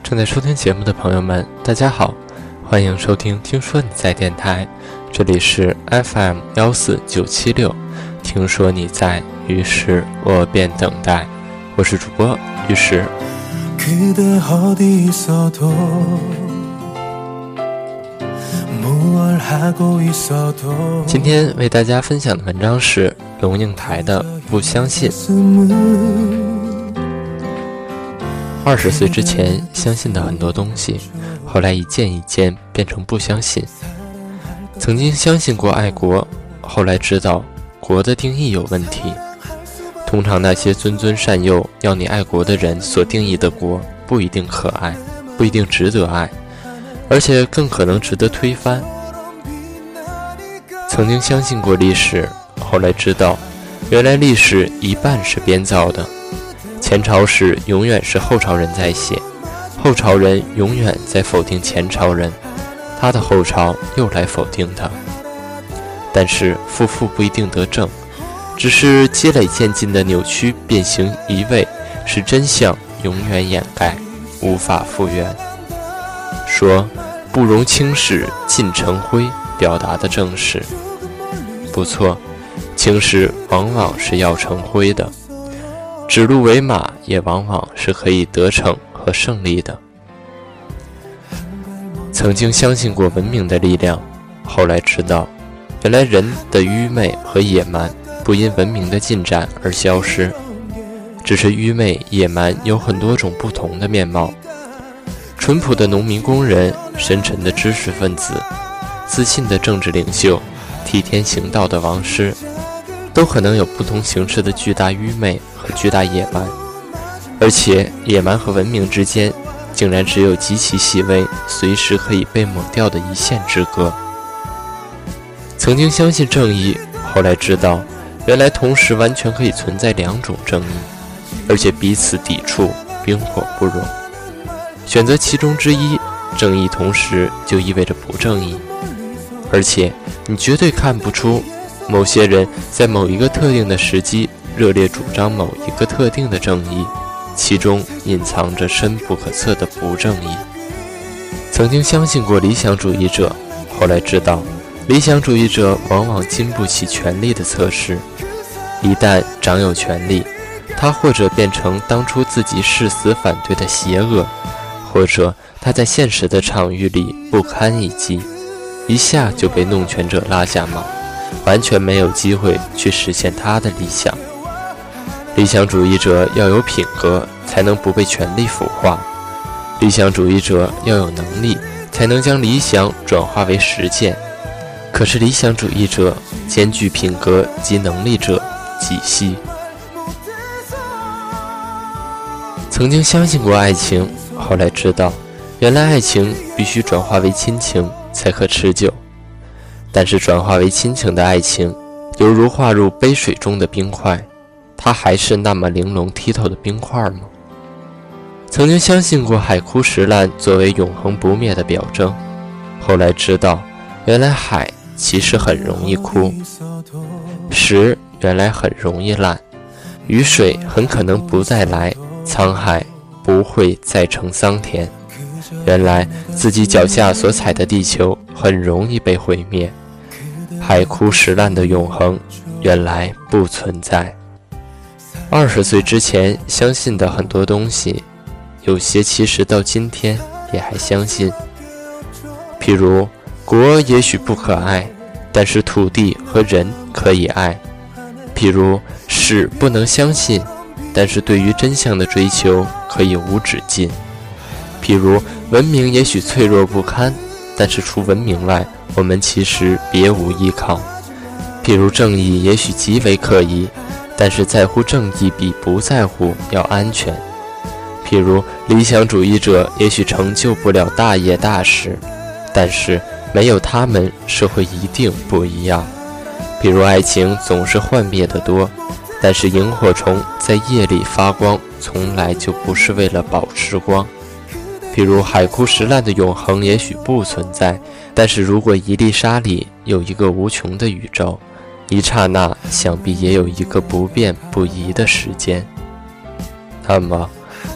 正在收听节目的朋友们，大家好，欢迎收听听说你在电台，这里是 FM14976，听说你在，于是我便等待，我是主播于是。今天为大家分享的文章是龙应台的《不相信》。20岁之前相信的很多东西，后来一件一件变成不相信。曾经相信过爱国，后来知道国的定义有问题。通常那些谆谆善诱要你爱国的人所定义的国，不一定可爱，不一定值得爱，而且更可能值得推翻。曾经相信过历史，后来知道原来历史一半是编造的。前朝史永远是后朝人在写，后朝人永远在否定前朝人，他的后朝又来否定他。但是负不一定得正，只是积累渐进的扭曲变形移位，使真相永远掩盖，无法复原。说不容青史尽成灰，表达的正是不错，青史往往是要成灰的，指鹿为马也往往是可以得逞和胜利的。曾经相信过文明的力量，后来知道原来人的愚昧和野蛮不因文明的进展而消失，只是愚昧野蛮有很多种不同的面貌。淳朴的农民工人，深沉的知识分子，自信的政治领袖，替天行道的王师，都可能有不同形式的巨大愚昧和巨大野蛮，而且野蛮和文明之间竟然只有极其细微，随时可以被抹掉的一线之隔。曾经相信正义，后来知道原来同时完全可以存在两种正义，而且彼此抵触，冰火不容。选择其中之一，正义同时就意味着不正义，而且你绝对看不出某些人在某一个特定的时机热烈主张某一个特定的正义，其中隐藏着深不可测的不正义。曾经相信过理想主义者，后来知道理想主义者往往经不起权力的测试，一旦掌有权力，他或者变成当初自己誓死反对的邪恶，或者他在现实的场域里不堪一击，一下就被弄权者拉下马，完全没有机会去实现他的理想。理想主义者要有品格，才能不被权力腐化；理想主义者要有能力，才能将理想转化为实践。可是理想主义者兼具品格及能力者几稀。曾经相信过爱情，后来知道原来爱情必须转化为亲情才可持久，但是转化为亲情的爱情犹如化入杯水中的冰块，它还是那么玲珑剔透的冰块吗？曾经相信过海枯石烂作为永恒不灭的表征，后来知道原来海其实很容易枯，石原来很容易烂，雨水很可能不再来，沧海不会再成桑田。原来自己脚下所踩的地球很容易被毁灭，海枯石烂的永恒原来不存在。20岁之前相信的很多东西，有些其实到今天也还相信。譬如国也许不可爱，但是土地和人可以爱。譬如史不能相信，但是对于真相的追求可以无止境。譬如文明也许脆弱不堪，但是除文明外，我们其实别无依靠。譬如正义也许极为可疑，但是在乎正义比不在乎要安全。譬如理想主义者也许成就不了大业大事，但是没有他们，社会一定不一样。譬如爱情总是幻灭的多，但是萤火虫在夜里发光，从来就不是为了保持光。譬如海枯石烂的永恒也许不存在，但是如果一粒沙里有一个无穷的宇宙，一刹那想必也有一个不变不移的时间。那么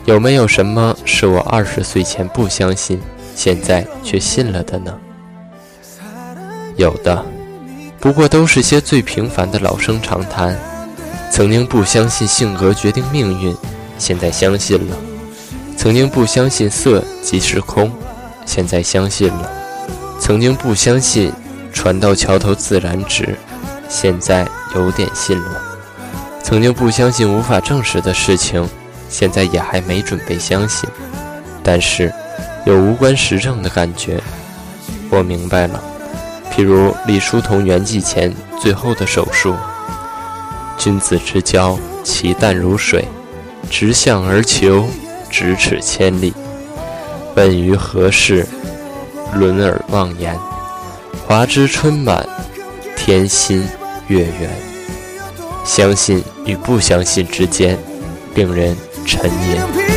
有没有什么是我20岁前不相信，现在却信了的呢？有的，不过都是些最平凡的老生常谈。曾经不相信性格决定命运，现在相信了；曾经不相信色即是空，现在相信了；曾经不相信船到桥头自然直，现在有点信了；曾经不相信无法证实的事情，现在也还没准备相信，但是有无关实证的感觉。我明白了，譬如李叔同圆寂前最后的手术：君子之交，其淡如水，直向而求，咫尺千里。问于何事，沦而忘言。华之春满，天心月圆。相信与不相信之间，令人沉吟。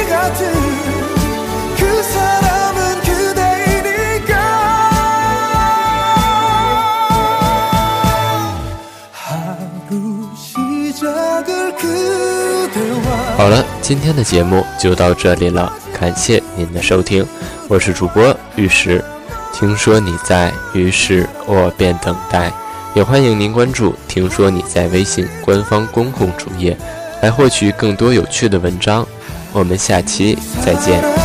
好了，今天的节目就到这里了，感谢您的收听，我是主播玉石。听说你在，于是我便等待。也欢迎您关注听说你在微信官方公共主页，来获取更多有趣的文章。我们下期再见。